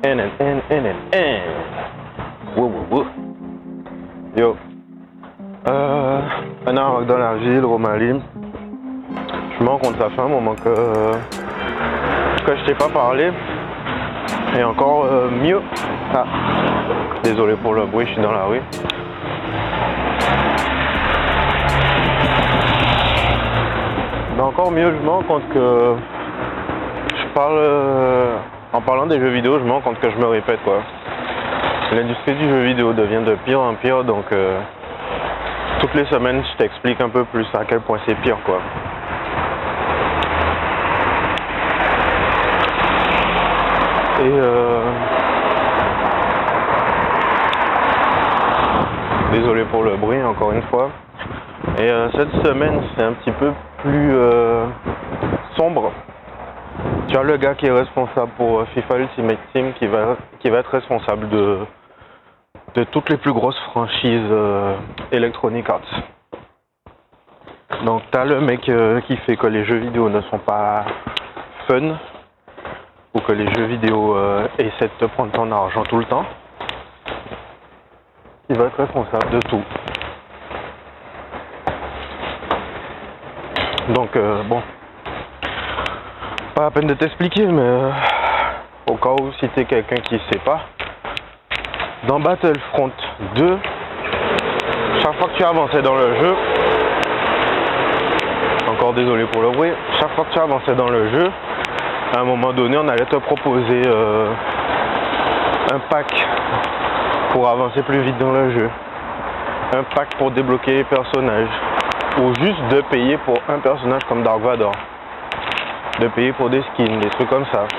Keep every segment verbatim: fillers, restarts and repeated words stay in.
N N N N N N. Wouh wouh wouh. Yo. Euh, un dans la ville, Romalie. Je me rends compte, ça fait un moment que, que je t'ai pas parlé. Et encore euh, mieux. Ah. Désolé pour le bruit, je suis dans la rue. Mais encore mieux, je me rends compte que je parle. Euh, en parlant des jeux vidéo, je me rends compte que je me répète quoi. L'industrie du jeu vidéo devient de pire en pire, donc euh, toutes les semaines je t'explique un peu plus à quel point c'est pire quoi. Et euh, désolé pour le bruit encore une fois. Et euh, cette semaine c'est un petit peu plus euh, sombre. Tu as le gars qui est responsable pour FIFA Ultimate Team qui va, qui va être responsable de, de toutes les plus grosses franchises euh, Electronic Arts. Donc tu as le mec euh, qui fait que les jeux vidéo ne sont pas fun ou que les jeux vidéo euh, essaient de te prendre ton argent tout le temps. Il va être responsable de tout. Donc euh, bon. Pas la peine de t'expliquer, mais euh, au cas où si t'es quelqu'un qui sait pas, dans Battlefront deux, chaque fois que tu avançais dans le jeu, encore désolé pour le bruit, chaque fois que tu avançais dans le jeu, à un moment donné, on allait te proposer euh, un pack pour avancer plus vite dans le jeu, un pack pour débloquer les personnages, ou juste de payer pour un personnage comme Dark Vador. De payer pour des skins, des trucs comme ça.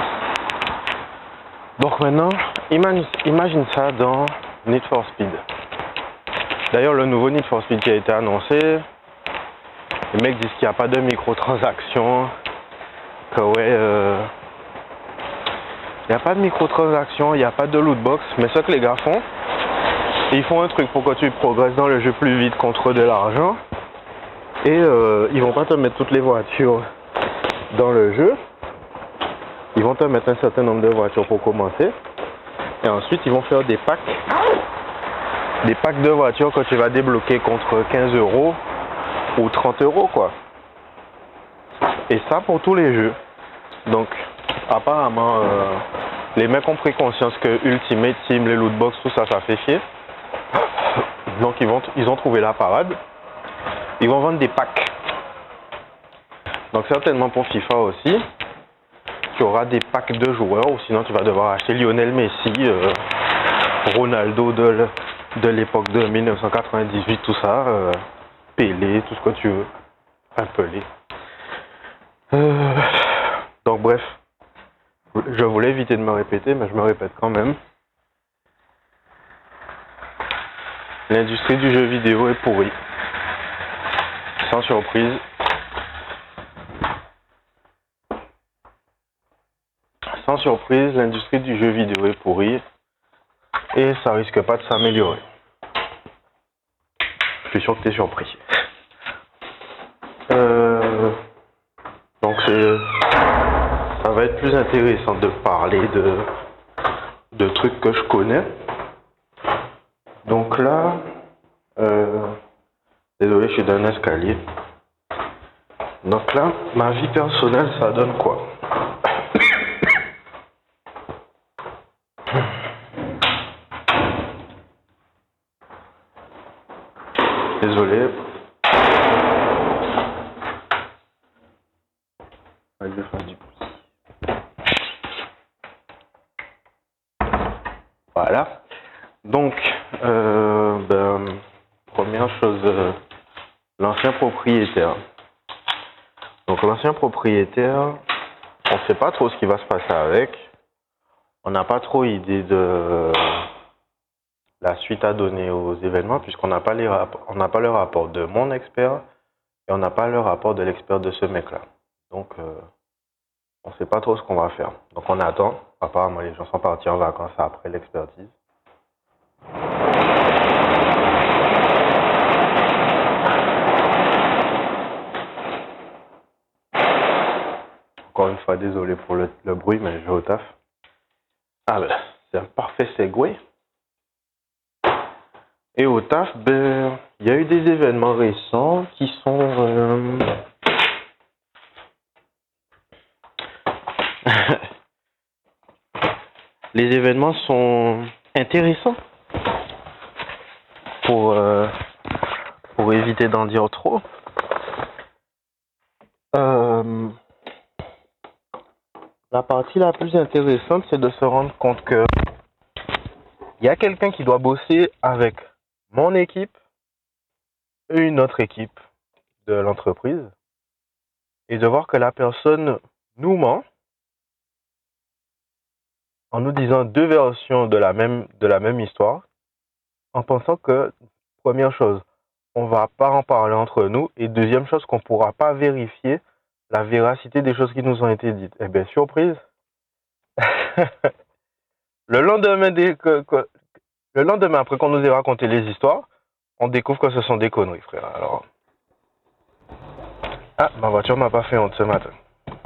Donc maintenant, imagine, imagine ça dans Need for Speed. D'ailleurs, le nouveau Need for Speed qui a été annoncé, les mecs disent qu'il n'y a pas de microtransactions, que ouais, euh, il n'y a pas de microtransactions, il n'y a pas de lootbox, mais ce que les gars font, ils font un truc pour que tu progresses dans le jeu plus vite contre de l'argent, et euh, ils vont pas te mettre toutes les voitures dans le jeu, ils vont te mettre un certain nombre de voitures pour commencer, et ensuite ils vont faire des packs, des packs de voitures que tu vas débloquer contre quinze euros ou trente euros quoi. Et ça pour tous les jeux. Donc apparemment euh, les mecs ont pris conscience que Ultimate Team, les lootbox, tout ça, ça fait chier. Donc ils, vont, ils ont trouvé la parade. Ils vont vendre des packs. Donc certainement pour FIFA aussi, tu auras des packs de joueurs, ou sinon tu vas devoir acheter Lionel Messi, euh, Ronaldo de, de l'époque de mille neuf cent quatre-vingt-dix-huit, tout ça, euh, Pelé, tout ce que tu veux, appeler. Euh, donc bref, je voulais éviter de me répéter, mais je me répète quand même. L'industrie du jeu vidéo est pourrie. Sans surprise. Sans surprise, l'industrie du jeu vidéo est pourrie et ça risque pas de s'améliorer. Je suis sûr que tu es surpris. Euh, donc c'est, ça va être plus intéressant de parler de, de trucs que je connais. Donc là, euh, désolé, je suis dans un escalier. Donc là, ma vie personnelle, ça donne quoi? Désolé. Je vais faire du pouce. Voilà. Donc, euh, ben, première chose, euh, l'ancien propriétaire. Donc l'ancien propriétaire, on ne sait pas trop ce qui va se passer avec. On n'a pas trop idée de la suite à donner aux événements puisqu'on n'a pas les on n'a pas le rapport de mon expert et on n'a pas le rapport de l'expert de ce mec là. Donc euh, on ne sait pas trop ce qu'on va faire. Donc on attend. Apparemment les gens sont partis en vacances après l'expertise. Encore une fois désolé pour le, le bruit mais je vais au taf. Ah ben, c'est un parfait segue. Et au taf, ben, il y a eu des événements récents qui sont... Euh... Les événements sont intéressants pour, euh, pour éviter d'en dire trop. Euh, la partie la plus intéressante, c'est de se rendre compte que il y a quelqu'un qui doit bosser avec mon équipe et une autre équipe de l'entreprise et de voir que la personne nous ment en nous disant deux versions de la même, de la même histoire, en pensant que, première chose, on va pas en parler entre nous, et deuxième chose, qu'on pourra pas vérifier la véracité des choses qui nous ont été dites. Eh bien, surprise, le lendemain, des, que, que, le lendemain, après qu'on nous ait raconté les histoires, on découvre que ce sont des conneries, frère. Alors, ah, ma voiture m'a pas fait honte ce matin.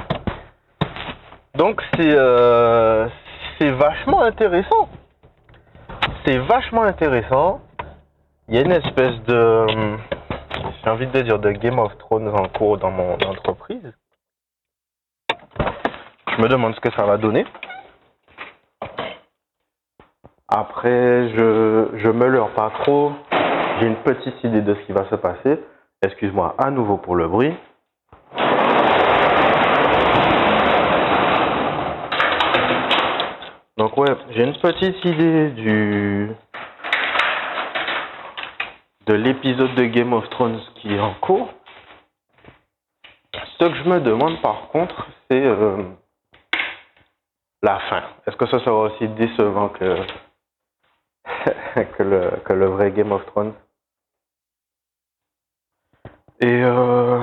Donc, c'est euh, c'est vachement intéressant. C'est vachement intéressant. Il y a une espèce de, j'ai envie de dire, de Game of Thrones en cours dans mon entreprise. Je me demande ce que ça va donner. Après, je je me leurre pas trop. J'ai une petite idée de ce qui va se passer. Excuse-moi à nouveau pour le bruit. Donc ouais, j'ai une petite idée du de l'épisode de Game of Thrones qui est en cours. Ce que je me demande par contre, c'est euh, la fin. Est-ce que ce sera aussi décevant que que le que le vrai Game of Thrones? Et euh,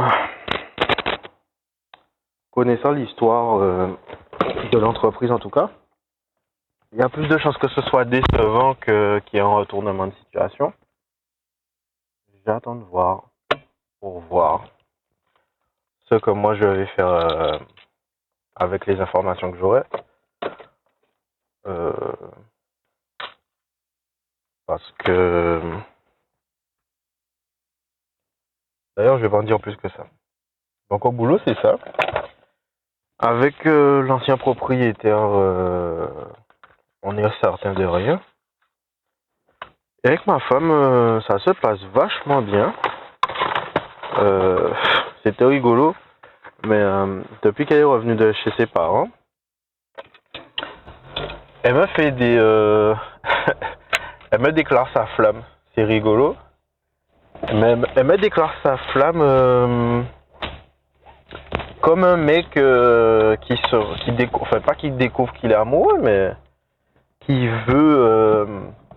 connaissant l'histoire euh, de l'entreprise en tout cas, il y a plus de chances que ce soit décevant que qu'il y ait un retournement de situation. J'attends de voir pour voir ce que moi je vais faire euh, avec les informations que j'aurai. Euh, parce que d'ailleurs je vais pas en dire plus que ça. Donc au boulot c'est ça. Avec euh, l'ancien propriétaire, euh, on est certain de rien. Et avec ma femme, euh, ça se passe vachement bien. Euh, C'était rigolo, mais euh, depuis qu'elle est revenue de chez ses parents, elle me fait des, euh, elle me déclare sa flamme. C'est rigolo, mais elle me déclare sa flamme euh, comme un mec euh, qui se, qui découvre, enfin pas qui découvre qu'il est amoureux, mais qui veut euh,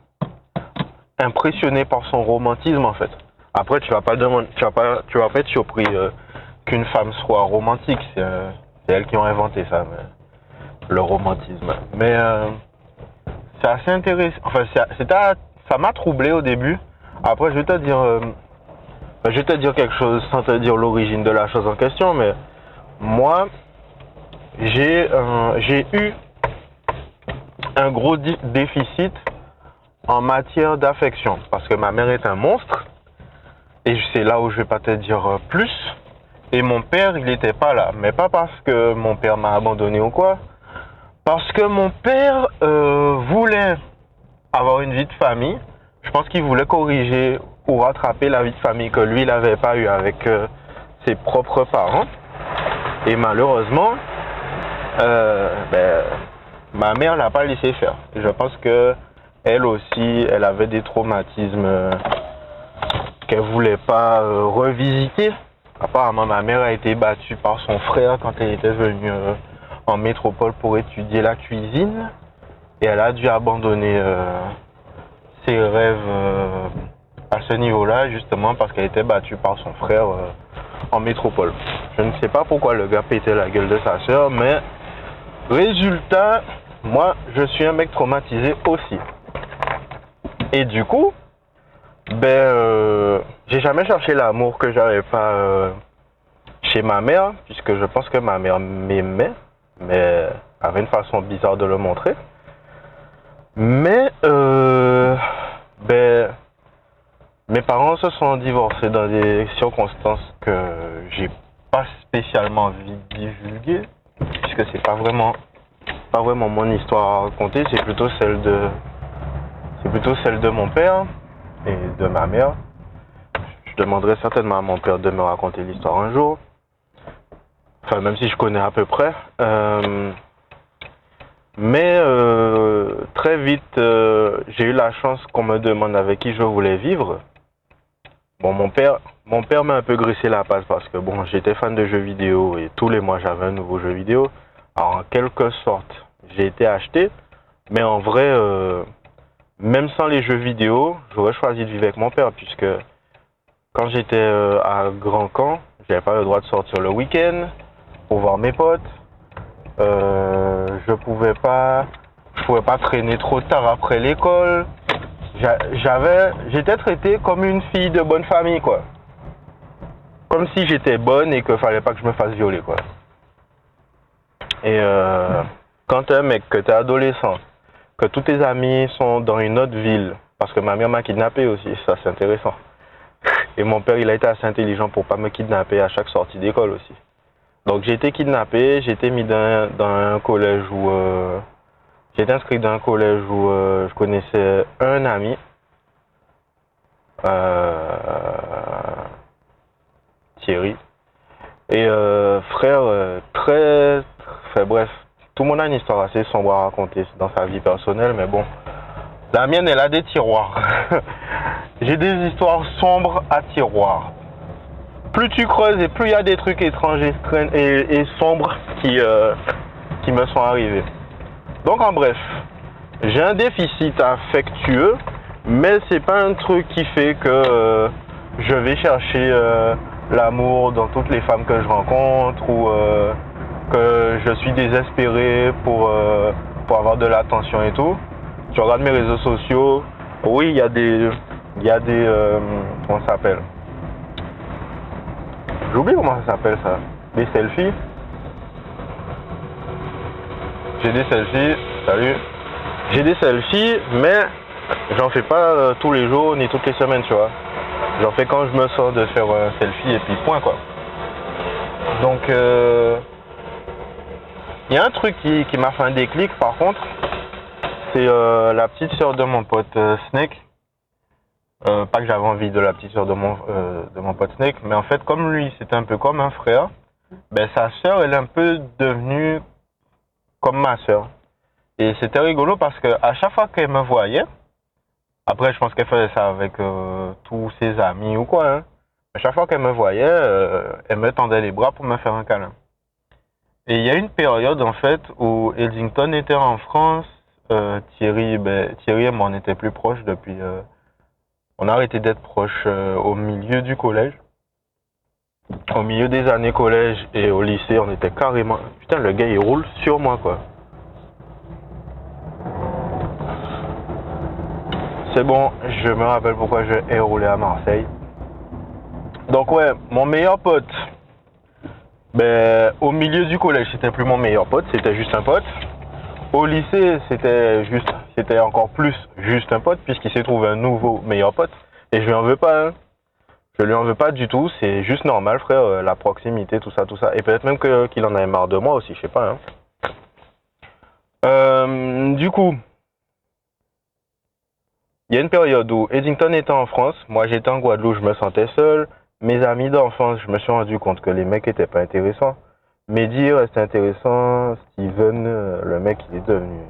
impressionné par son romantisme en fait. Après tu vas pas demander, tu vas pas, tu vas pas être surpris euh, qu'une femme soit romantique. C'est euh, elles qui ont inventé ça, mais, le romantisme. Mais euh, c'est assez intéressant. Enfin, c'est, ça m'a troublé au début. Après, je vais te dire, euh, je vais te dire quelque chose sans te dire l'origine de la chose en question, mais moi, j'ai euh, j'ai eu un gros déficit en matière d'affection, parce que ma mère est un monstre, et c'est là où je vais pas te dire plus, et mon père, il n'était pas là, mais pas parce que mon père m'a abandonné ou quoi, parce que mon père euh, voulait avoir une vie de famille. Je pense qu'il voulait corriger ou rattraper la vie de famille que lui, il n'avait pas eu avec euh, ses propres parents, et malheureusement, euh, ben, ma mère l'a pas laissé faire. Je pense que elle aussi, elle avait des traumatismes euh, qu'elle voulait pas euh, revisiter. Apparemment, ma mère a été battue par son frère quand elle était venue euh, en métropole pour étudier la cuisine. Et elle a dû abandonner euh, ses rêves euh, à ce niveau-là, justement parce qu'elle était battue par son frère euh, en métropole. Je ne sais pas pourquoi le gars pétait la gueule de sa soeur, mais résultat, moi, je suis un mec traumatisé aussi. Et du coup, ben, euh, j'ai jamais cherché l'amour que j'avais pas euh, chez ma mère, puisque je pense que ma mère m'aimait, mais avait une façon bizarre de le montrer. Mais, euh, ben, mes parents se sont divorcés dans des circonstances que j'ai pas spécialement envie de divulguer, puisque c'est pas vraiment, pas vraiment mon histoire à raconter, c'est plutôt celle de, c'est plutôt celle de mon père et de ma mère. Je demanderai certainement à mon père de me raconter l'histoire un jour. Enfin, même si je connais à peu près. Euh, mais euh, très vite, euh, j'ai eu la chance qu'on me demande avec qui je voulais vivre. Bon, mon père, mon père m'a un peu graissé la patte parce que bon, j'étais fan de jeux vidéo et tous les mois j'avais un nouveau jeu vidéo. Alors, en quelque sorte, j'ai été acheté, mais en vrai, euh, même sans les jeux vidéo, j'aurais choisi de vivre avec mon père puisque quand j'étais euh, à Grand Camp, j'avais pas le droit de sortir le week-end pour voir mes potes. Euh, je pouvais pas, je pouvais pas traîner trop tard après l'école. J'avais, j'étais traité comme une fille de bonne famille, quoi. Comme si j'étais bonne et qu'il fallait pas que je me fasse violer, quoi. Et euh, quand t'es un mec, que t'es adolescent, que tous tes amis sont dans une autre ville, parce que ma mère m'a kidnappé aussi, ça c'est intéressant. Et mon père, il a été assez intelligent pour pas me kidnapper à chaque sortie d'école aussi. Donc j'ai été kidnappé, j'ai été mis dans, dans un collège où... Euh, j'ai été inscrit dans un collège où euh, je connaissais un ami. Euh, Thierry. Et euh, frère, euh, très... Enfin bref, tout le monde a une histoire assez sombre à raconter dans sa vie personnelle, mais bon. La mienne, elle a des tiroirs. J'ai des histoires sombres à tiroirs. Plus tu creuses et plus il y a des trucs étranges et, et, et sombres qui, euh, qui me sont arrivés. Donc en bref, j'ai un déficit affectueux, mais c'est pas un truc qui fait que euh, je vais chercher euh, l'amour dans toutes les femmes que je rencontre ou euh, que je suis désespéré pour, euh, pour avoir de l'attention et tout. Tu regardes mes réseaux sociaux, oui, il y a des... Il y a des... Euh, comment ça s'appelle? J'oublie comment ça s'appelle ça. Des selfies. J'ai des selfies. Salut. J'ai des selfies, mais j'en fais pas euh, tous les jours ni toutes les semaines, tu vois. J'en fais quand je me sors de faire un selfie et puis point, quoi. Donc, il euh, y a un truc qui, qui m'a fait un déclic, par contre. C'est euh, la petite sœur de mon pote euh, Snake. Euh, pas que j'avais envie de la petite sœur de mon, euh, de mon pote Snake, mais en fait, comme lui, c'était un peu comme un frère, ben sa sœur, elle est un peu devenue comme ma sœur. Et c'était rigolo parce que à chaque fois qu'elle me voyait, après, je pense qu'elle faisait ça avec euh, tous ses amis ou quoi, hein, à chaque fois qu'elle me voyait, euh, elle me tendait les bras pour me faire un câlin. Et il y a une période, en fait, où Eddington était en France, euh, Thierry, ben, Thierry et moi, on était plus proches depuis... Euh, on a arrêté d'être proches euh, au milieu du collège. Au milieu des années collège et au lycée, on était carrément... Putain, le gars, il roule sur moi, quoi. C'est bon, je me rappelle pourquoi je ai roulé à Marseille. Donc ouais, mon meilleur pote, ben, au milieu du collège, c'était plus mon meilleur pote, c'était juste un pote. Au lycée, c'était juste, c'était encore plus juste un pote, puisqu'il s'est trouvé un nouveau meilleur pote. Et je lui en veux pas, hein. Je lui en veux pas du tout, c'est juste normal, frère, euh, la proximité, tout ça, tout ça. Et peut-être même que, qu'il en avait marre de moi aussi, je sais pas, hein. Euh, du coup, il y a une période où Eddington était en France, moi j'étais en Guadeloupe, je me sentais seul. Mes amis d'enfance, je me suis rendu compte que les mecs étaient pas intéressants. Mehdi restait intéressant, Steven, le mec il est devenu...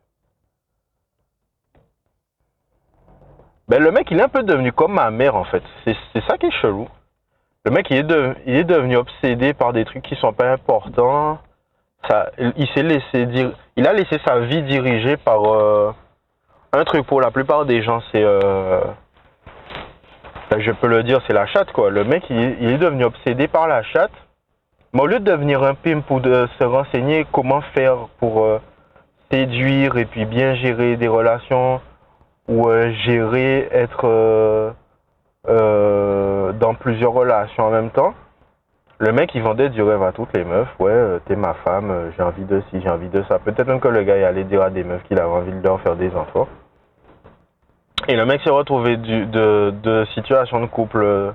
Ben le mec il est un peu devenu comme ma mère en fait, c'est ça qui est chelou. Le mec il est, de, il est devenu obsédé par des trucs qui sont pas importants. Ça, il s'est laissé dire, il a laissé sa vie dirigée par... Euh, un truc pour la plupart des gens, c'est, euh, ben je peux le dire, c'est la chatte quoi. Le mec, il, il est devenu obsédé par la chatte. Mais au lieu de devenir un pimp ou de se renseigner comment faire pour euh, séduire et puis bien gérer des relations ou euh, gérer, être euh, euh, dans plusieurs relations en même temps, Le mec, il vendait du rêve à toutes les meufs. Ouais, euh, t'es ma femme, euh, j'ai envie de ci, j'ai envie de ça. Peut-être même que le gars il allait dire à des meufs qu'il avait envie de leur faire des enfants. Et le mec s'est retrouvé du, de, de situation de couple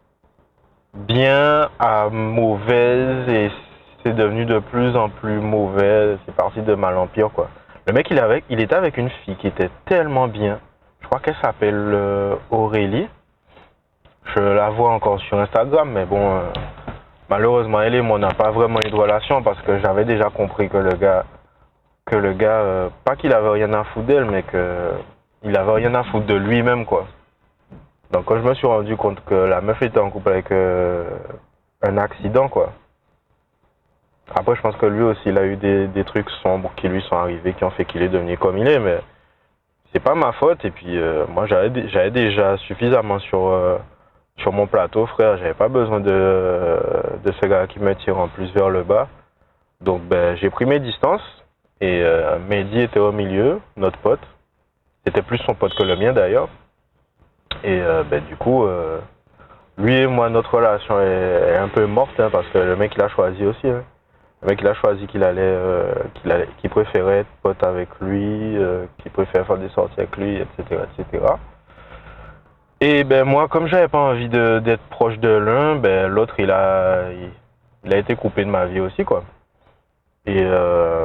bien à mauvaise et c'est devenu de plus en plus mauvais. C'est parti de mal en pire, quoi. Le mec, il, avait, il était avec une fille qui était tellement bien. Je crois qu'elle s'appelle euh, Aurélie. Je la vois encore sur Instagram, mais bon, euh, malheureusement, elle et moi, on n'a pas vraiment eu de relation parce que j'avais déjà compris que le gars, que le gars, euh, pas qu'il avait rien à foutre d'elle, mais qu'il avait rien à foutre de lui-même, quoi. Donc quand je me suis rendu compte que la meuf était en couple avec euh, un accident, quoi. Après, je pense que lui aussi, il a eu des, des trucs sombres qui lui sont arrivés, qui ont fait qu'il est devenu comme il est, mais c'est pas ma faute. Et puis, euh, moi, j'avais j'avais déjà suffisamment sur, euh, sur mon plateau, frère. J'avais pas besoin de, de ce gars qui me tire en plus vers le bas. Donc, ben, j'ai pris mes distances. Et euh, Mehdi était au milieu, notre pote. C'était plus son pote que le mien, d'ailleurs. Et euh, ben, du coup, euh, lui et moi, notre relation est, est un peu morte, hein, parce que le mec, il a choisi aussi. Hein. Le mec, il a choisi qu'il allait, euh, qu'il allait, qu'il préférait être pote avec lui, euh, qu'il préférait faire des sorties avec lui, et cetera, et cetera. Et ben moi, comme j'avais pas envie de, d'être proche de l'un, ben l'autre, il a, il, il a été coupé de ma vie aussi, quoi. Et euh,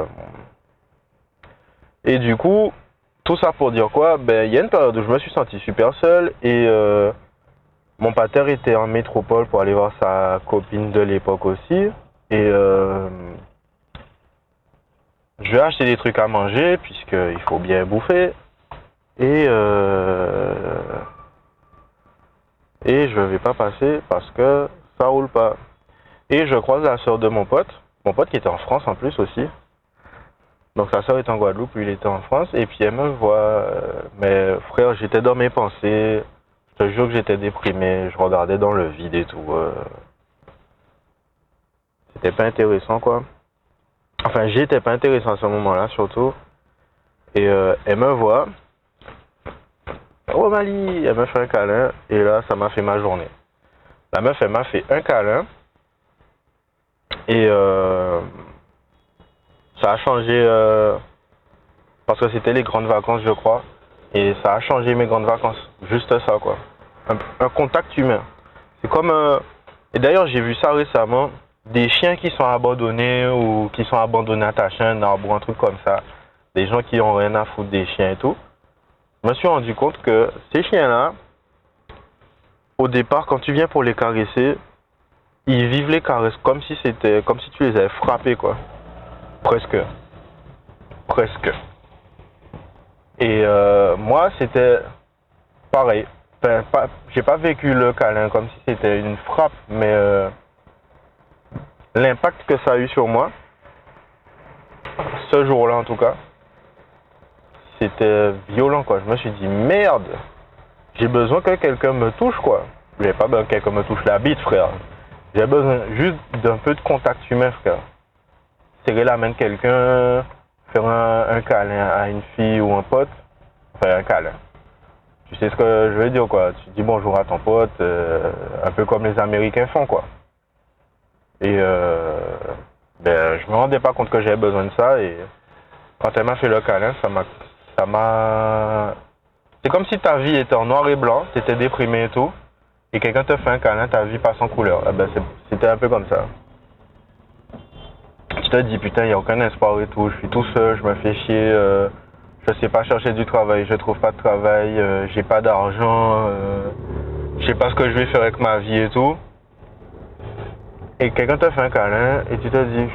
et du coup, tout ça pour dire quoi? Ben il y a une période où je me suis senti super seul et euh, mon pater était en métropole pour aller voir sa copine de l'époque aussi. Et euh, je vais acheter des trucs à manger puisqu'il faut bien bouffer. Et, euh, et je vais pas passer parce que ça roule pas. Et je croise la soeur de mon pote, mon pote qui était en France en plus aussi. Donc sa soeur est en Guadeloupe, lui il était en France. Et puis elle me voit, euh, mais frère, j'étais dans mes pensées. Je te jure que j'étais déprimé, je regardais dans le vide et tout. Euh, C'était pas intéressant, quoi. Enfin, j'étais pas intéressant à ce moment-là, surtout. Et euh, elle me voit. Oh Mali, elle me fait un câlin. Et là, ça m'a fait ma journée. La meuf, elle m'a fait un câlin. Et euh, ça a changé. Euh, parce que c'était les grandes vacances, je crois. Et ça a changé mes grandes vacances. Juste ça, quoi. Un, un contact humain. C'est comme. Euh, et d'ailleurs, j'ai vu ça récemment. Des chiens qui sont abandonnés ou qui sont abandonnés attachés à un arbre ou un truc comme ça. Des gens qui ont rien à foutre des chiens et tout. Je me suis rendu compte que ces chiens-là, au départ, quand tu viens pour les caresser, ils vivent les caresses comme si c'était, comme si tu les avais frappés, quoi. Presque. Presque. Et euh, moi, c'était pareil. Enfin, pas, j'ai pas vécu le câlin comme si c'était une frappe, mais euh, l'impact que ça a eu sur moi, ce jour-là en tout cas, c'était violent, quoi. Je me suis dit, merde, j'ai besoin que quelqu'un me touche, quoi. J'ai pas besoin que quelqu'un me touche la bite, frère. J'ai besoin juste d'un peu de contact humain, frère. Serrer la main de quelqu'un, faire un, un câlin à une fille ou un pote, enfin un câlin. Tu sais ce que je veux dire, quoi. Tu dis bonjour à ton pote, euh, un peu comme les Américains font, quoi. Et euh, ben, je me rendais pas compte que j'avais besoin de ça. Et quand elle m'a fait le câlin, ça m'a, ça m'a. C'est comme si ta vie était en noir et blanc, tu étais déprimé et tout, et quelqu'un te fait un câlin, ta vie passe en couleur. Eh ben, c'était un peu comme ça. Tu te dis putain, il n'y a aucun espoir et tout, je suis tout seul, je me fais chier, euh, je sais pas chercher du travail, je trouve pas de travail, euh, j'ai pas d'argent, euh, je sais pas ce que je vais faire avec ma vie et tout. Et quelqu'un te fait un câlin et tu te dis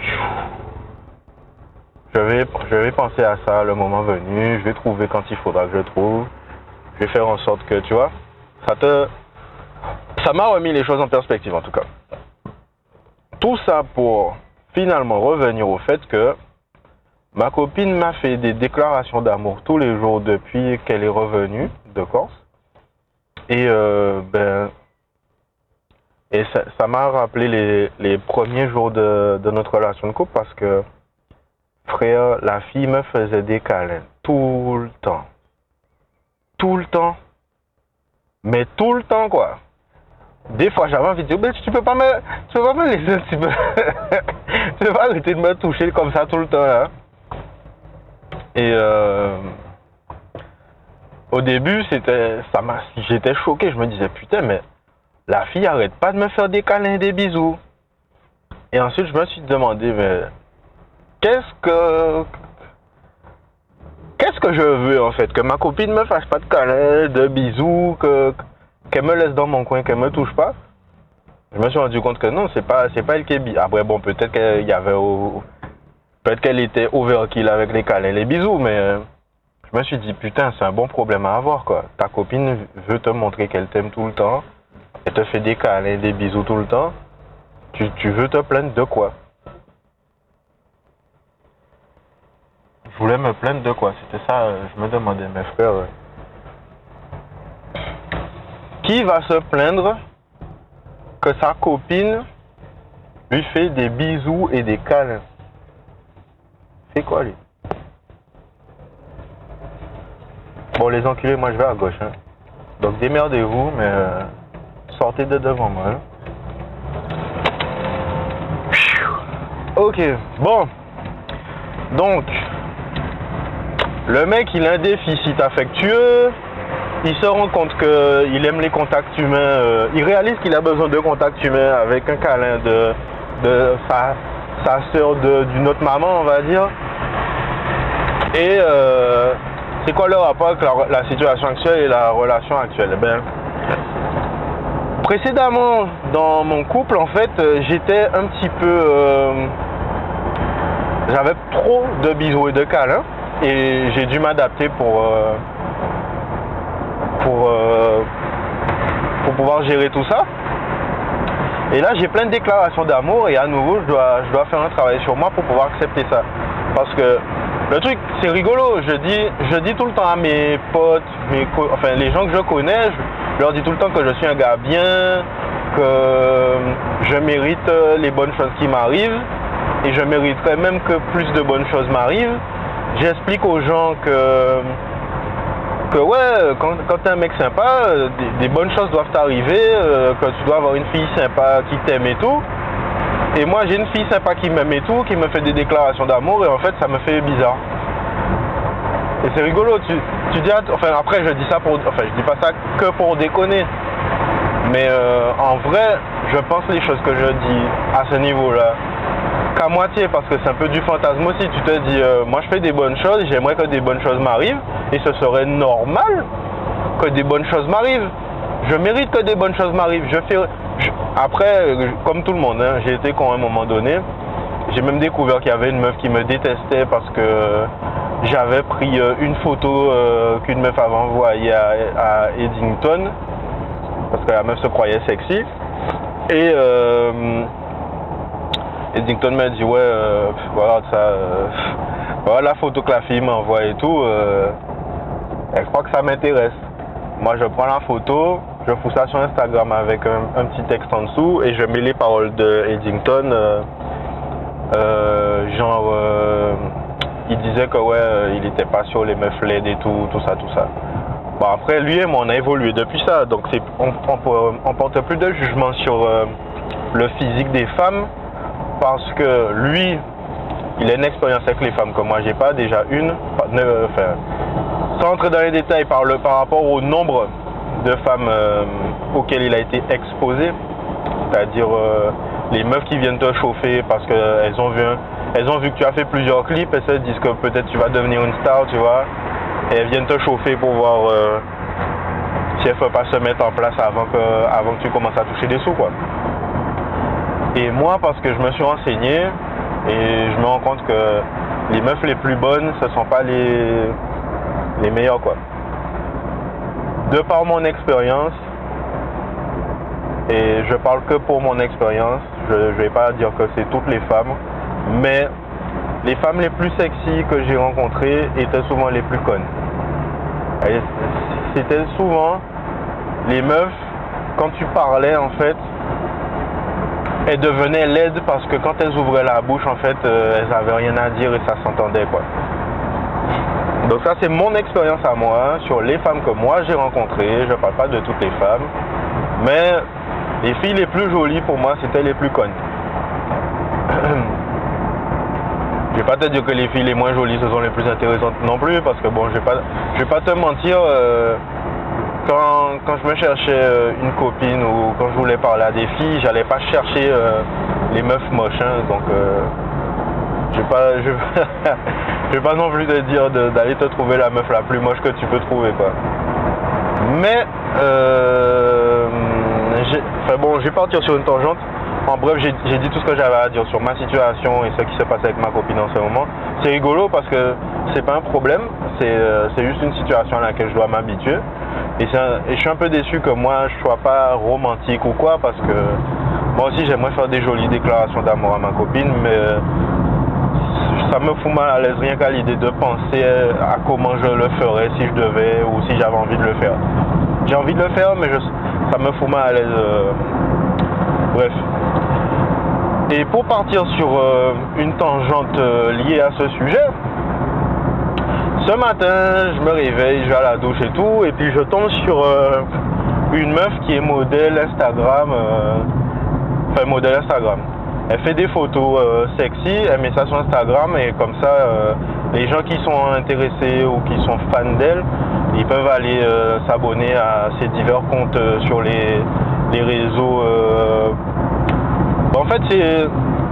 je vais, je vais penser à ça le moment venu, je vais trouver quand il faudra que je trouve, je vais faire en sorte que, tu vois, ça te, ça m'a remis les choses en perspective en tout cas. Tout ça pour finalement revenir au fait que ma copine m'a fait des déclarations d'amour tous les jours depuis qu'elle est revenue de Corse. Et euh, ben et ça, ça m'a rappelé les, les premiers jours de, de notre relation de couple parce que frère, la fille me faisait des câlins tout le temps. Tout le temps. Mais tout le temps, quoi. des fois j'avais envie de dire, mais tu peux pas me, tu peux pas me laisser un petit peu, tu peux pas arrêter de me toucher comme ça tout le temps là. Et euh, au début c'était, ça m'a, j'étais choqué, je me disais putain mais la fille arrête pas de me faire des câlins et des bisous. Et ensuite je me suis demandé mais qu'est-ce que qu'est-ce que je veux en fait, que ma copine me fasse pas de câlins, de bisous, que qu'elle me laisse dans mon coin, qu'elle me touche pas. Je me suis rendu compte que non, c'est pas c'est pas elle qui est bi. Après bon, peut-être qu'il y avait au... peut-être qu'elle était overkill avec les câlins, les bisous, mais euh, je me suis dit putain, c'est un bon problème à avoir quoi. Ta copine veut te montrer qu'elle t'aime tout le temps, elle te fait des câlins, des bisous tout le temps. Tu, tu veux te plaindre de quoi? Je voulais me plaindre de quoi? C'était ça, euh, je me demandais, mes frères. Euh, qui va se plaindre que sa copine lui fait des bisous et des câlins? C'est quoi lui? Bon les enculés, moi je vais à gauche. Hein. Donc démerdez-vous, mais euh, sortez de devant moi. Hein. Ok, bon. Donc, le mec il a un déficit affectueux. Il se rend compte qu'il aime les contacts humains, euh, il réalise qu'il a besoin de contacts humains avec un câlin de, de sa, sa soeur d'une autre maman, on va dire. Et euh, c'est quoi le rapport avec la, la situation actuelle et la relation actuelle? Ben, précédemment, dans mon couple, en fait, j'étais un petit peu... Euh, j'avais trop de bisous et de câlins et j'ai dû m'adapter pour... Euh, Pour, euh, pour pouvoir gérer tout ça. Et là j'ai plein de déclarations d'amour et à nouveau je dois, je dois faire un travail sur moi pour pouvoir accepter ça. Parce que le truc c'est rigolo, je dis, je dis tout le temps à mes potes, mes enfin les gens que je connais, je leur dis tout le temps que je suis un gars bien, que je mérite les bonnes choses qui m'arrivent et je mériterais même que plus de bonnes choses m'arrivent. J'explique aux gens que que ouais, quand, quand t'es un mec sympa, euh, des, des bonnes choses doivent t'arriver, euh, que tu dois avoir une fille sympa qui t'aime et tout. Et moi j'ai une fille sympa qui m'aime et tout, qui me fait des déclarations d'amour et en fait ça me fait bizarre. Et c'est rigolo, tu, tu dis, enfin après je dis ça pour, enfin je dis pas ça que pour déconner. Mais euh, en vrai, je pense les choses que je dis à ce niveau-là qu'à moitié parce que c'est un peu du fantasme aussi. Tu te dis, euh, moi je fais des bonnes choses, j'aimerais que des bonnes choses m'arrivent et ce serait normal que des bonnes choses m'arrivent. Je mérite que des bonnes choses m'arrivent. Je fais, je, après, comme tout le monde, hein, j'ai été con à un moment donné. J'ai même découvert qu'il y avait une meuf qui me détestait parce que j'avais pris une photo euh, qu'une meuf avait envoyée à, à Eddington parce que la meuf se croyait sexy et euh, Eddington m'a dit ouais euh, voilà ça euh, voilà la photo que la fille m'envoie et tout euh, elle croit que ça m'intéresse. Moi je prends la photo, je fous ça sur Instagram avec un, un petit texte en dessous et je mets les paroles de Eddington euh, euh, genre euh, il disait que ouais euh, il était pas sur les meufs laides et tout, tout ça, tout ça. Bon après lui et moi on a évolué depuis ça, donc c'est on, on, on porte plus de jugement sur euh, le physique des femmes. Parce que lui, il a une expérience avec les femmes que moi j'ai pas, déjà une, enfin, sans entrer dans les détails par, le, par rapport au nombre de femmes euh, auxquelles il a été exposé, c'est-à-dire euh, les meufs qui viennent te chauffer parce qu'elles ont vu, elles ont vu que tu as fait plusieurs clips et se disent que peut-être tu vas devenir une star, tu vois, et elles viennent te chauffer pour voir euh, si elles ne peuvent pas se mettre en place avant que, avant que tu commences à toucher des sous, quoi. Et moi, parce que je me suis renseigné et je me rends compte que les meufs les plus bonnes, ce ne sont pas les, les meilleures, quoi. De par mon expérience, et je parle que pour mon expérience, je ne vais pas dire que c'est toutes les femmes, mais les femmes les plus sexy que j'ai rencontrées étaient souvent les plus connes. C'était souvent les meufs, quand tu parlais en fait, elles devenaient laides parce que quand elles ouvraient la bouche, en fait, euh, elles n'avaient rien à dire et ça s'entendait, quoi. Donc ça, c'est mon expérience à moi, sur les femmes que moi j'ai rencontrées. Je ne parle pas de toutes les femmes, mais Les filles les plus jolies pour moi c'était les plus connes. Je vais pas te dire que les filles les moins jolies ce sont les plus intéressantes non plus, parce que bon, je vais pas, je vais pas te mentir, euh, quand, quand je me cherchais euh, une copine ou quand je voulais parler à des filles, j'allais pas chercher euh, les meufs moches, hein, donc euh, je vais pas, je, je vais pas non plus te dire d'aller te trouver la meuf la plus moche que tu peux trouver, quoi. Mais, euh, enfin bon, je vais partir sur une tangente. En bref, j'ai dit tout ce que j'avais à dire sur ma situation et ce qui se passe avec ma copine en ce moment. C'est rigolo parce que c'est pas un problème, c'est euh, juste une situation à laquelle je dois m'habituer. Et, et je suis un peu déçu que moi je sois pas romantique ou quoi, parce que moi aussi j'aimerais faire des jolies déclarations d'amour à ma copine, mais euh, ça me fout mal à l'aise rien qu'à l'idée de penser à comment je le ferais si je devais ou si j'avais envie de le faire. J'ai envie de le faire, mais je, ça me fout mal à l'aise. Euh, bref. Et pour partir sur euh, une tangente euh, liée à ce sujet, ce matin, je me réveille, je vais à la douche et tout, et puis je tombe sur euh, une meuf qui est modèle Instagram, euh, enfin modèle Instagram. Elle fait des photos euh, sexy, elle met ça sur Instagram, et comme ça, euh, les gens qui sont intéressés ou qui sont fans d'elle, ils peuvent aller euh, s'abonner à ses divers comptes euh, sur les, les réseaux. Euh, En fait, c'est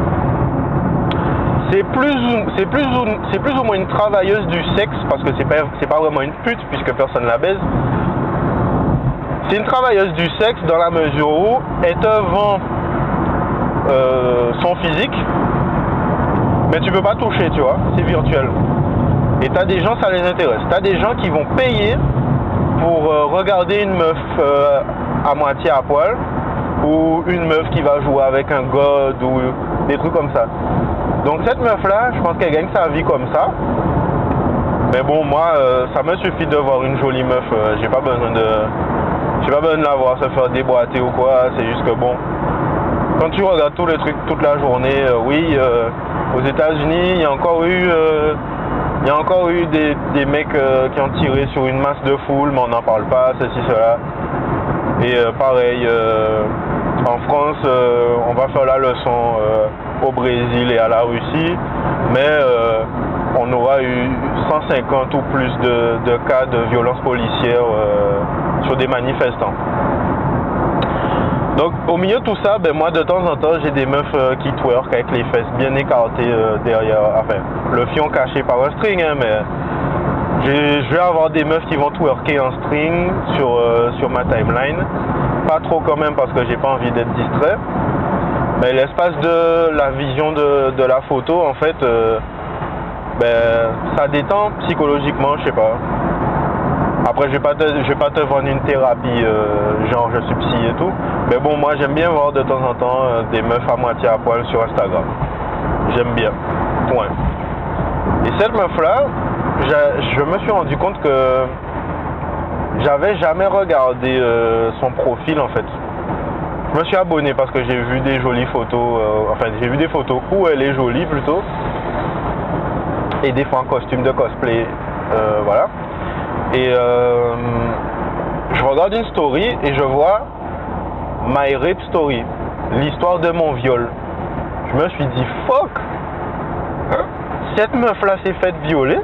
c'est plus c'est plus c'est plus ou moins une travailleuse du sexe, parce que c'est pas c'est pas vraiment une pute puisque personne la baise. C'est une travailleuse du sexe dans la mesure où elle te vend euh, son physique, mais tu peux pas toucher, tu vois, c'est virtuel. Et t'as des gens, ça les intéresse. T'as des gens qui vont payer pour euh, regarder une meuf euh, à moitié à poil, ou une meuf qui va jouer avec un god ou des trucs comme ça. Donc cette meuf là, je pense qu'elle gagne sa vie comme ça. Mais bon, moi euh, ça me suffit de voir une jolie meuf, euh, j'ai pas besoin de j'ai pas besoin de la voir se faire déboîter ou quoi. C'est juste que bon, quand tu regardes tous les trucs toute la journée, euh, oui, euh, aux États-Unis, il y a encore eu euh, il y a encore eu des, des mecs euh, qui ont tiré sur une masse de foule, mais on n'en parle pas, ceci, cela. Et euh, pareil, euh, en France, euh, on va faire la leçon euh, au Brésil et à la Russie, mais euh, on aura eu cent cinquante ou plus de, de cas de violence policière euh, sur des manifestants. Donc au milieu de tout ça, ben, moi de temps en temps j'ai des meufs euh, qui twerk avec les fesses bien écartées euh, derrière, enfin le fion caché par un string, hein, mais je vais avoir des meufs qui vont twerker en string sur, euh, sur ma timeline. Pas trop quand même parce que j'ai pas envie d'être distrait. Mais l'espace de la vision de, de la photo, en fait, euh, ben, ça détend psychologiquement, je sais pas. Après, je vais pas te, je vais pas te vendre une thérapie, euh, genre je suis psy et tout. Mais bon, moi j'aime bien voir de temps en temps euh, des meufs à moitié à poil sur Instagram. J'aime bien. Point. Et cette meuf-là, je me suis rendu compte que j'avais jamais regardé euh, son profil en fait. Je me suis abonné parce que j'ai vu des jolies photos, euh, enfin j'ai vu des photos où elle est jolie plutôt, et des fois en costume de cosplay, euh, voilà. Et euh, je regarde une story et je vois My Rape Story, l'histoire de mon viol. Je me suis dit fuck, cette meuf là s'est faite violer.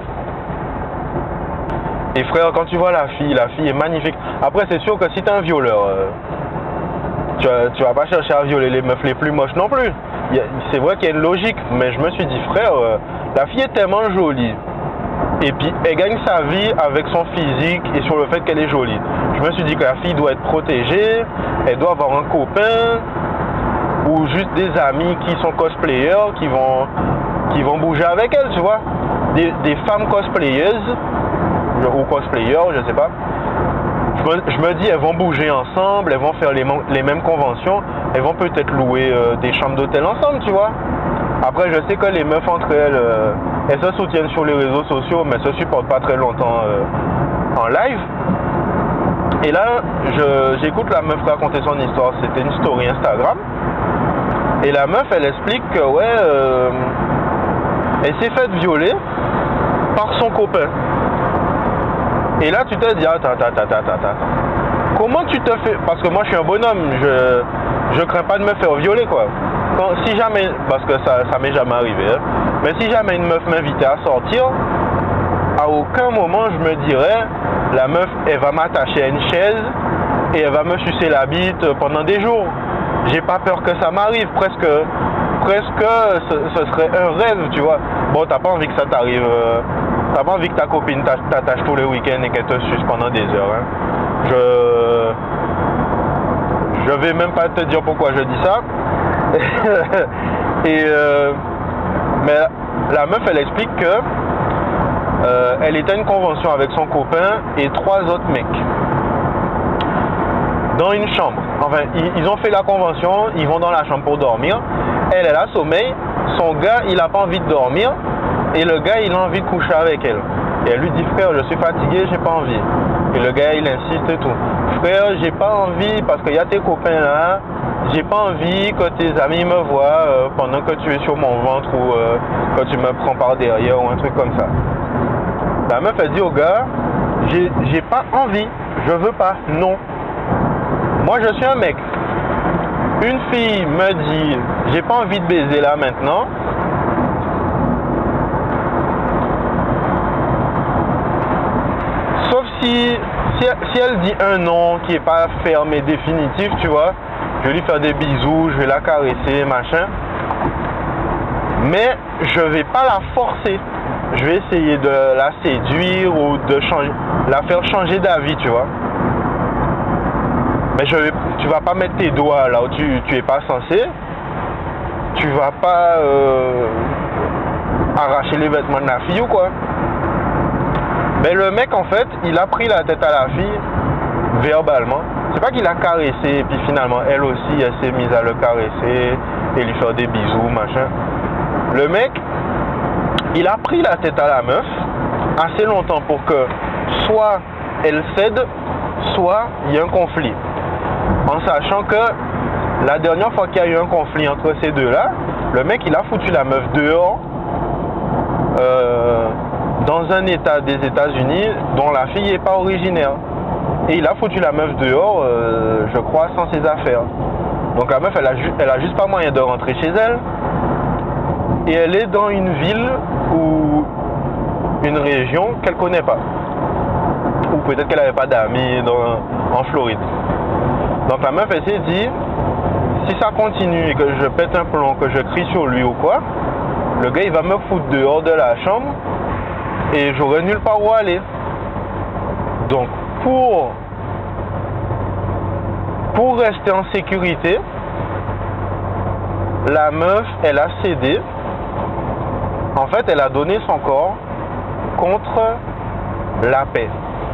Et frère, quand tu vois la fille, la fille est magnifique. Après, c'est sûr que si t'es un violeur, euh, tu, vas, tu vas pas chercher à violer les meufs les plus moches non plus. C'est vrai qu'il y a une logique, mais je me suis dit, frère, euh, la fille est tellement jolie. Et puis, elle gagne sa vie avec son physique et sur le fait qu'elle est jolie. Je me suis dit que la fille doit être protégée, elle doit avoir un copain, ou juste des amis qui sont cosplayers, qui vont, qui vont bouger avec elle, tu vois. Des, des femmes cosplayeuses, ou cosplayers, je sais pas. Je me, je me dis, elles vont bouger ensemble, elles vont faire les, les mêmes conventions, elles vont peut-être louer euh, des chambres d'hôtel ensemble, tu vois. Après, je sais que les meufs entre elles, euh, elles se soutiennent sur les réseaux sociaux, mais se supportent pas très longtemps euh, en live. Et là, j'écoute la meuf raconter son histoire. C'était une story Instagram. Et la meuf, elle explique que, ouais, euh, elle s'est faite violer par son copain. Et là, tu te dis, attends, attends, attends, attends, attends. comment tu te fais... Parce que moi je suis un bonhomme, je je crains pas de me faire violer quoi. Quand, si jamais, parce que ça, ça m'est jamais arrivé, hein, mais si jamais une meuf m'invitait à sortir, à aucun moment je me dirais, la meuf elle va m'attacher à une chaise et elle va me sucer la bite pendant des jours. J'ai pas peur que ça m'arrive, presque, presque ce, ce serait un rêve, tu vois. Bon, t'as pas envie que ça t'arrive, euh, t'as pas envie que ta copine t'attache tous les week-ends et qu'elle te suce pendant des heures. Hein. Je, je vais même pas te dire pourquoi je dis ça. et euh, mais la meuf, elle explique que euh, elle était à une convention avec son copain et trois autres mecs dans une chambre. Enfin, ils, ils ont fait la convention, ils vont dans la chambre pour dormir. Elle, elle a sommeil. Son gars, il a pas envie de dormir. Et le gars, il a envie de coucher avec elle. Et elle lui dit, frère, je suis fatigué, j'ai pas envie. Et le gars, il insiste et tout. Frère, j'ai pas envie parce qu'il y a tes copains là. J'ai pas envie que tes amis me voient euh, pendant que tu es sur mon ventre ou euh, que tu me prends par derrière ou un truc comme ça. La meuf, elle dit au gars, j'ai, j'ai pas envie, je veux pas, non. Moi, je suis un mec. Une fille me dit, j'ai pas envie de baiser là maintenant. Sauf si, si, si elle dit un non qui est pas ferme et définitif, tu vois, je vais lui faire des bisous, je vais la caresser, machin. Mais je vais pas la forcer. Je vais essayer de la séduire ou de changer, la faire changer d'avis, tu vois. Mais je vais, tu vas pas mettre tes doigts là où tu, tu es pas censé. Tu vas pas euh, arracher les vêtements de la fille ou quoi. Mais le mec, en fait, il a pris la tête à la fille verbalement. C'est pas qu'il a caressé et puis finalement elle aussi elle s'est mise à le caresser et lui faire des bisous, machin. Le mec, il a pris la tête à la meuf assez longtemps pour que soit elle cède, soit il y a un conflit. En sachant que la dernière fois qu'il y a eu un conflit entre ces deux-là, le mec il a foutu la meuf dehors euh, dans un état des États-Unis dont la fille n'est pas originaire. Et il a foutu la meuf dehors, euh, je crois, sans ses affaires. Donc la meuf, elle a, ju elle a juste pas moyen de rentrer chez elle. Et elle est dans une ville ou une région qu'elle connaît pas. Ou peut-être qu'elle n'avait pas d'amis en Floride. Donc la meuf, elle s'est dit, si ça continue et que je pète un plomb, que je crie sur lui ou quoi, le gars, il va me foutre dehors de la chambre et j'aurai nulle part où aller. Donc, pour, pour rester en sécurité, la meuf, elle a cédé. En fait, elle a donné son corps contre la paix.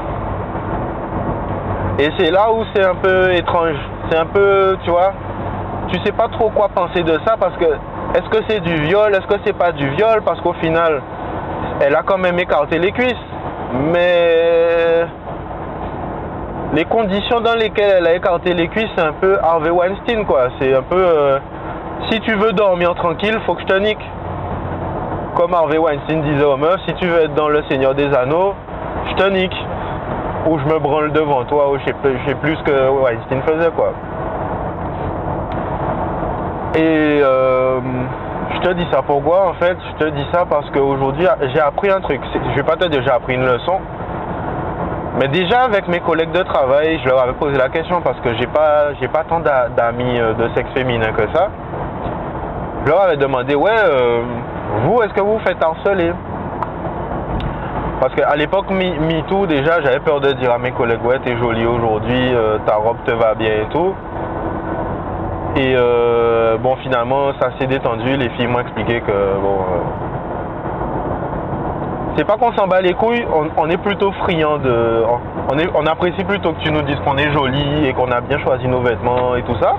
Et c'est là où c'est un peu étrange. C'est un peu, tu vois, tu sais pas trop quoi penser de ça parce que est-ce que c'est du viol, est-ce que c'est pas du viol? Parce qu'au final, elle a quand même écarté les cuisses. Mais les conditions dans lesquelles elle a écarté les cuisses, c'est un peu Harvey Weinstein, quoi. C'est un peu, euh, si tu veux dormir tranquille, faut que je te nique. Comme Harvey Weinstein disait aux meufs, si tu veux être dans le Seigneur des Anneaux, je te nique. Ou je me branle devant toi, ou je sais, je sais plus ce que Weinstein faisait, quoi. Et euh, je te dis ça pourquoi, en fait, je te dis ça parce qu'aujourd'hui, j'ai appris un truc. Je vais pas te dire j'ai appris une leçon. Mais déjà avec mes collègues de travail, je leur avais posé la question parce que j'ai pas, j'ai pas tant d'amis de sexe féminin que ça. Je leur avais demandé, ouais, euh, vous, est-ce que vous faites harceler? Parce qu'à l'époque MeToo, déjà, j'avais peur de dire à mes collègues, ouais, t'es jolie aujourd'hui, euh, ta robe te va bien et tout. Et euh, bon, finalement, ça s'est détendu. Les filles m'ont expliqué que, bon, euh, c'est pas qu'on s'en bat les couilles, on, on est plutôt friand de... On, est, on apprécie plutôt que tu nous dises qu'on est joli et qu'on a bien choisi nos vêtements et tout ça.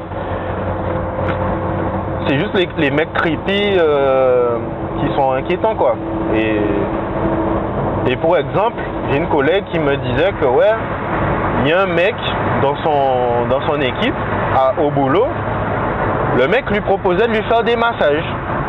C'est juste les, les mecs creepy euh, qui sont inquiétants, quoi. Et... Et pour exemple, j'ai une collègue qui me disait que ouais, il y a un mec dans son, dans son équipe, à, au boulot, le mec lui proposait de lui faire des massages.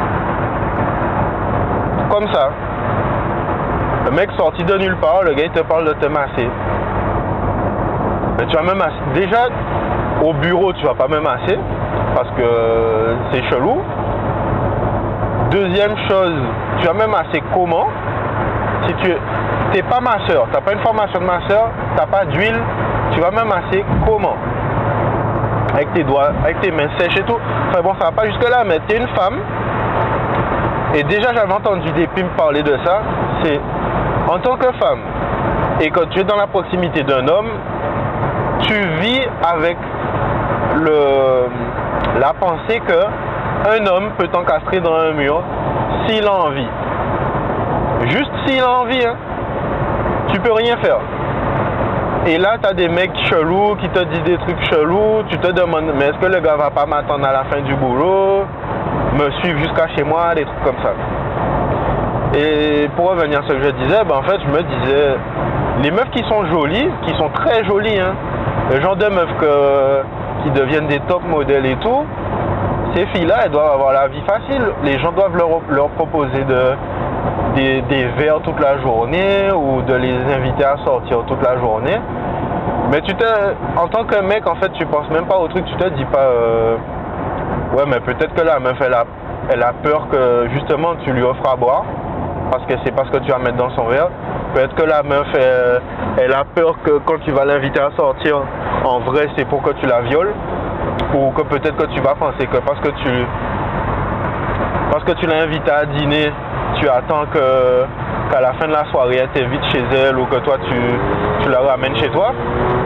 Comme ça. Le mec sorti de nulle part, le gars il te parle de te masser. Mais tu vas même masser. Déjà, au bureau, tu vas pas me masser parce que c'est chelou. Deuxième chose, tu vas me masser comment? Si tu n'es pas masseur, tu n'as pas une formation de masseur, tu n'as pas d'huile, tu vas me masser comment? Avec tes doigts, avec tes mains sèches et tout. Enfin bon, ça va pas jusque là, mais tu es une femme. Et déjà, j'avais entendu des pimps parler de ça. C'est en tant que femme, et quand tu es dans la proximité d'un homme, tu vis avec le, la pensée qu'un homme peut t'encastrer dans un mur s'il a envie. Juste s'il a envie, hein. Tu peux rien faire. Et là, tu as des mecs chelous qui te disent des trucs chelous. Tu te demandes, mais est-ce que le gars va pas m'attendre à la fin du boulot, me suivre jusqu'à chez moi, des trucs comme ça. Et pour revenir à ce que je disais, ben en fait, je me disais, les meufs qui sont jolies, qui sont très jolies, hein, le genre de meufs que, qui deviennent des top modèles et tout, ces filles-là, elles doivent avoir la vie facile. Les gens doivent leur, leur proposer de, des, des verres toute la journée ou de les inviter à sortir toute la journée. Mais tu te, en tant que mec, en fait, tu penses même pas au truc, tu te dis pas, euh, ouais, mais peut-être que la meuf, elle a, elle a peur que justement tu lui offres à boire, parce que c'est pas ce que tu vas mettre dans son verre. Peut-être que la meuf, elle, elle a peur que quand tu vas l'inviter à sortir, en vrai, c'est pour que tu la violes. Ou que peut-être que tu vas penser que parce que tu parce que tu l'as invité à dîner, tu attends que qu'à la fin de la soirée, elle t'invite chez elle ou que toi, tu, tu la ramènes chez toi.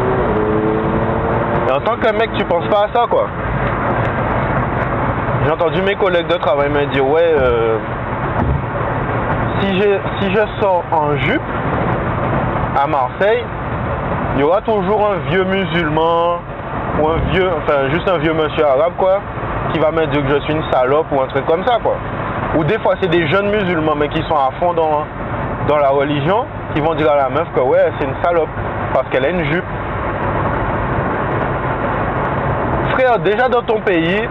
Et en tant que mec, tu penses pas à ça, quoi. J'ai entendu mes collègues de travail me dire, ouais, euh, si, si je sors en jupe à Marseille, il y aura toujours un vieux musulman ou un vieux, enfin juste un vieux monsieur arabe, quoi, qui va me dire que je suis une salope ou un truc comme ça, quoi. Ou des fois c'est des jeunes musulmans mais qui sont à fond dans, dans la religion, qui vont dire à la meuf que ouais, c'est une salope parce qu'elle a une jupe. Frère, déjà dans ton pays,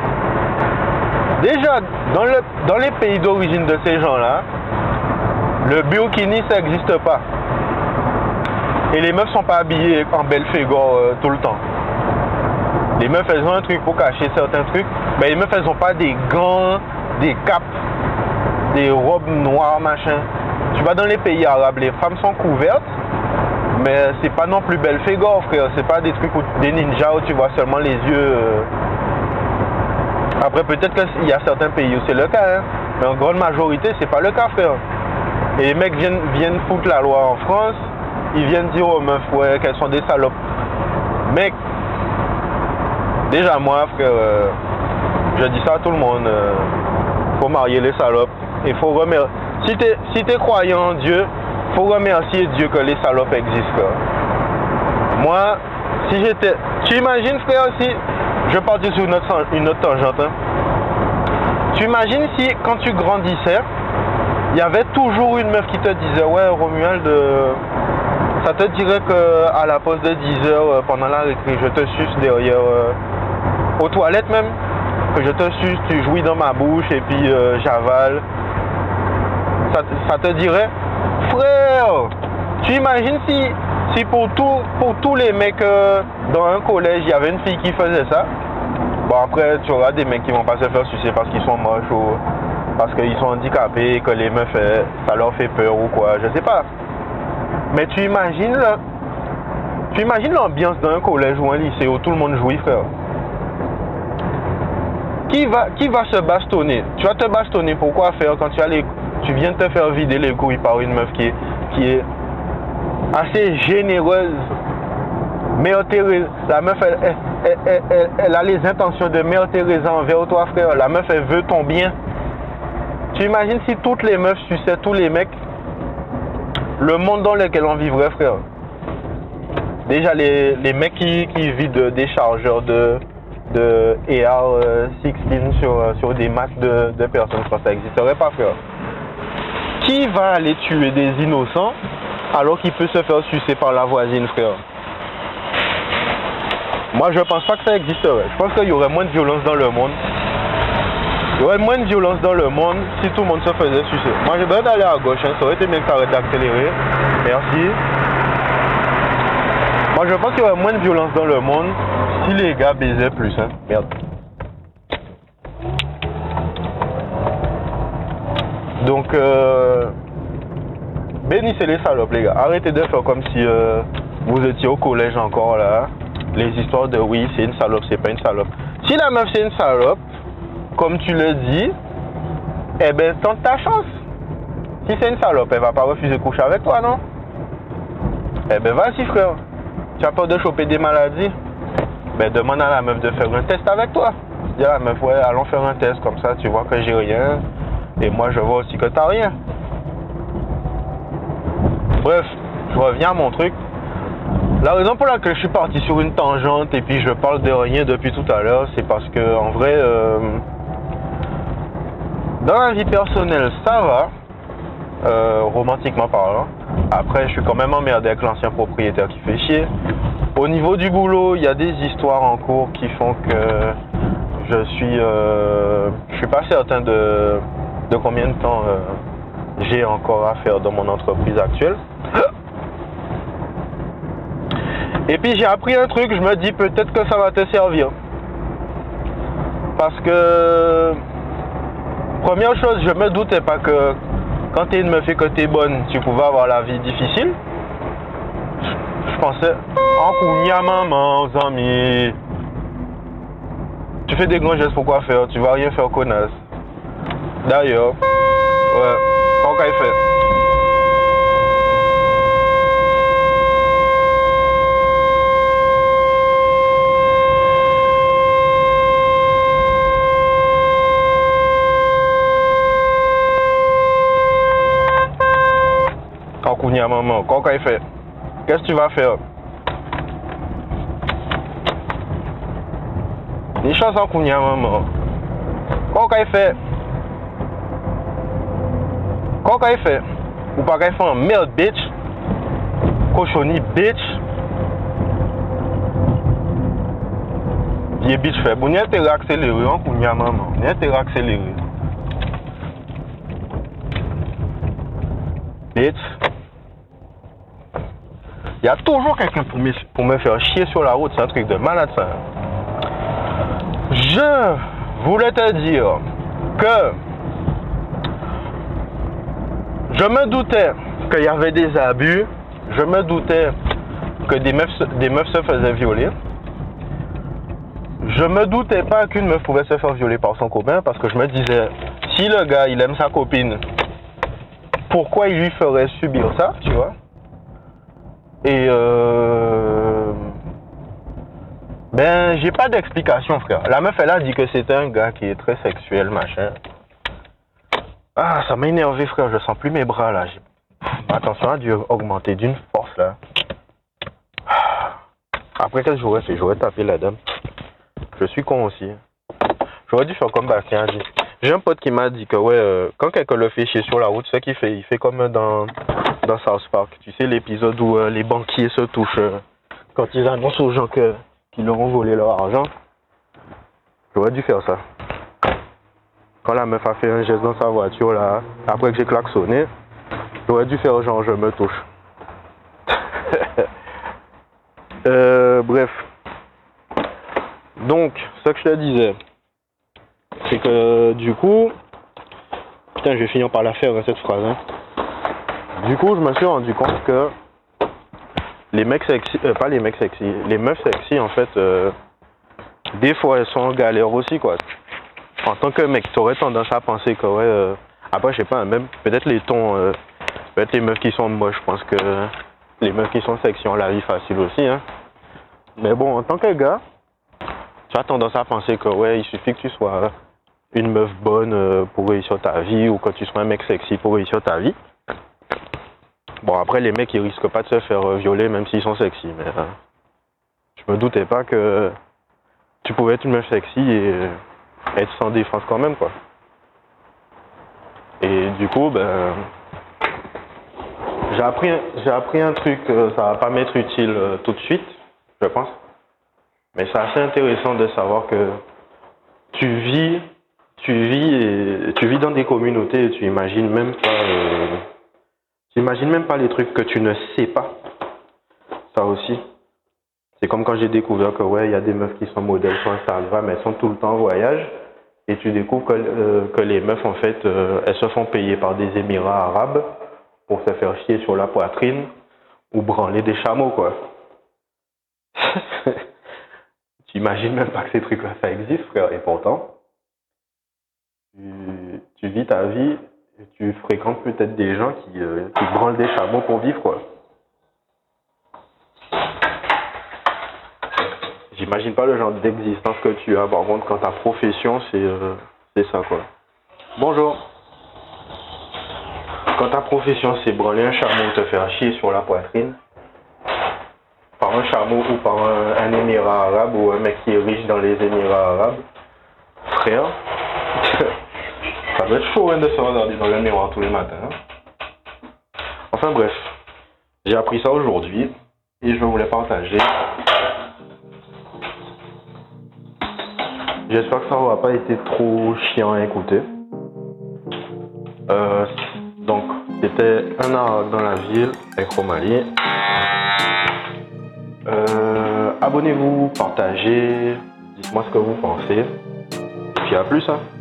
déjà dans, le, dans les pays d'origine de ces gens-là, le burkini ça n'existe pas. Et les meufs sont pas habillées en belle figure euh, tout le temps. Les meufs, elles ont un truc pour cacher certains trucs. Mais les meufs, elles ont pas des gants, des capes, des robes noires, machin. Tu vas dans les pays arabes, les femmes sont couvertes. Mais c'est pas non plus belle figure, frère. C'est pas des trucs où, des ninjas où tu vois seulement les yeux. Euh... Après, peut-être qu'il y a certains pays où c'est le cas. Hein. Mais en grande majorité, c'est pas le cas, frère. Et les mecs viennent, viennent foutre la loi en France. Ils viennent dire aux meufs, ouais, qu'elles sont des salopes. Mec, déjà moi, frère, euh, je dis ça à tout le monde, euh, faut marier les salopes. Et faut remercier. Si t'es si t'es croyant en Dieu, faut remercier Dieu que les salopes existent, frère. Moi, si j'étais... Tu imagines, frère, si... Je vais partir sur une autre, une autre tangente. Hein. Tu imagines si, quand tu grandissais, il y avait toujours une meuf qui te disait, ouais, Romuald... Euh, ça te dirait qu'à la pause de dix heures, pendant la récré, je te suce derrière, euh, aux toilettes même, que je te suce, tu jouis dans ma bouche et puis euh, j'avale. Ça, ça te dirait, frère, tu imagines si, si pour, tout, pour tous les mecs euh, dans un collège, il y avait une fille qui faisait ça. Bon après, tu auras des mecs qui vont pas se faire sucer parce qu'ils sont moches ou parce qu'ils sont handicapés, que les meufs, ça leur fait peur ou quoi, je sais pas. Mais tu imagines là, tu imagines l'ambiance d'un collège ou un lycée où tout le monde jouit, frère. Qui va, qui va se bastonner? Tu vas te bastonner, pourquoi faire quand tu, as les, tu viens de te faire vider les couilles par une meuf qui est, qui est assez généreuse. Mère Thérèse, la meuf, elle, elle, elle, elle, elle a les intentions de Mère Thérèse envers toi, frère. La meuf, elle veut ton bien. Tu imagines si toutes les meufs suçaient tous les mecs? Le monde dans lequel on vivrait, frère. Déjà, les, les mecs qui, qui vident des chargeurs de, de A R seize sur, sur des masses de, de personnes, je pense que ça n'existerait pas, frère. Qui va aller tuer des innocents alors qu'il peut se faire sucer par la voisine, frère? Moi, je pense pas que ça existerait. Je pense qu'il y aurait moins de violence dans le monde. Il y aurait moins de violence dans le monde si tout le monde se faisait sucer. Moi, j'ai besoin d'aller à gauche. Hein. Ça aurait été bien que ça arrête d'accélérer. Merci. Moi je pense qu'il y aurait moins de violence dans le monde si les gars baisaient plus, hein. Merde. Donc, euh, bénissez les salopes, les gars. Arrêtez de faire comme si euh, vous étiez au collège encore, là. Les histoires de oui, c'est une salope, c'est pas une salope. Si la meuf, c'est une salope, comme tu le dis, eh ben, tente ta chance. Si c'est une salope, elle va pas refuser de coucher avec toi, non? Eh ben, vas-y, frère. Tu as peur de choper des maladies? Ben, demande à la meuf de faire un test avec toi. Dis à la meuf, ouais, allons faire un test, comme ça, tu vois que j'ai rien. Et moi, je vois aussi que t'as rien. Bref, je reviens à mon truc. La raison pour laquelle je suis parti sur une tangente et puis je parle de rien depuis tout à l'heure, c'est parce que, en vrai, euh, dans la vie personnelle, ça va, euh, romantiquement parlant. Après, je suis quand même emmerdé avec l'ancien propriétaire qui fait chier. Au niveau du boulot, il y a des histoires en cours qui font que je suis, euh, je suis pas certain de de combien de temps euh, j'ai encore à faire dans mon entreprise actuelle. Et puis j'ai appris un truc, je me dis peut-être que ça va te servir. Parce que, première chose, je me doutais pas que quand t'es une meuf et que t'es bonne, tu pouvais avoir la vie difficile. Je pensais, en counia maman, aux amis. Tu fais des grands gestes pour quoi faire, tu vas rien faire, connasse. D'ailleurs, ouais, quand qu'elle fait. Quand qu'on y a maman, quand qu'elle fait. Qu'est-ce que tu vas faire? Une chance en qu'on y a maman. Quand qu'elle fait. Quand qu'elle fait, ou pas qu'elle fait un merde, bitch, cochonnie, bitch, bien bitch fait, bon, n'y a intérêt à accélérer, hein, pour y a maman, n'y a intérêt à accélérer. Bitch, il y a toujours quelqu'un pour me, pour me faire chier sur la route, c'est un truc de malade, ça. Je voulais te dire que je me doutais qu'il y avait des abus, je me doutais que des meufs, des meufs se faisaient violer. Je me doutais pas qu'une meuf pouvait se faire violer par son copain parce que je me disais, si le gars il aime sa copine, pourquoi il lui ferait subir ça, tu vois? Et euh... ben j'ai pas d'explication, frère. La meuf elle a dit que c'était un gars qui est très sexuel, machin. Ah, ça m'a énervé, frère, je sens plus mes bras, là. Ma tension a dû augmenter d'une force, là. Après, qu'est-ce que j'aurais fait? J'aurais tapé la dame. Je suis con aussi. J'aurais dû faire comme Bastien a dit. J'ai un pote qui m'a dit que, ouais, euh, quand quelqu'un le fait chier sur la route, ce qu'il fait, il fait comme dans, dans South Park. Tu sais, l'épisode où euh, les banquiers se touchent euh, quand ils annoncent aux gens que, qu'ils leur ont volé leur argent. J'aurais dû faire ça. Quand la meuf a fait un geste dans sa voiture, là, après que j'ai klaxonné, j'aurais dû faire genre je me touche. euh, bref. Donc, ce que je te disais, c'est que du coup, putain, je vais finir par la faire, hein, cette phrase. Hein. Du coup, je me suis rendu compte que les mecs sexy, euh, pas les mecs sexy, les meufs sexy, en fait, euh, des fois, elles sont en galère aussi, quoi. En tant que mec, tu aurais tendance à penser que, ouais, euh, après, je sais pas, même peut-être les tons, euh, peut-être les meufs qui sont moches, je pense que les meufs qui sont sexy ont la vie facile aussi, hein. Mais bon, en tant que gars, tu as tendance à penser que, ouais, il suffit que tu sois une meuf bonne euh, pour réussir ta vie ou que tu sois un mec sexy pour réussir ta vie. Bon, après, les mecs, ils risquent pas de se faire euh, violer même s'ils sont sexy, mais euh, je me doutais pas que tu pouvais être une meuf sexy et euh, être sans défense quand même, quoi. Et du coup, ben, j'ai appris, j'ai appris un truc, euh, ça va pas m'être utile euh, tout de suite, je pense. Mais c'est assez intéressant de savoir que tu vis, tu vis et tu vis dans des communautés et tu imagines même pas, euh, tu imagines même pas les trucs que tu ne sais pas. Ça aussi. C'est comme quand j'ai découvert que ouais, il y a des meufs qui sont modèles sur Instagram, elles sont tout le temps en voyage. Et tu découvres que, euh, que les meufs, en fait, euh, elles se font payer par des Émirats arabes pour se faire chier sur la poitrine ou branler des chameaux, quoi. Tu imagines même pas que ces trucs-là, ça existe, frère. Et pourtant, tu, tu vis ta vie et tu fréquentes peut-être des gens qui, euh, qui branlent des chameaux pour vivre, quoi. J'imagine pas le genre d'existence que tu as, par contre, quand ta profession, c'est euh, c'est ça, quoi. Bonjour. Quand ta profession, c'est branler un chameau ou te faire chier sur la poitrine, par un chameau ou par un, un émirat arabe ou un mec qui est riche dans les Émirats arabes, frère, ça doit être chaud hein, de se regarder dans le miroir tous les matins. Hein. Enfin bref, j'ai appris ça aujourd'hui et je voulais partager. J'espère que ça n'aura pas été trop chiant à écouter. Euh, donc, c'était un arabe dans la ville avec Romalie. Euh, abonnez-vous, partagez, dites-moi ce que vous pensez. Et puis à plus. Hein.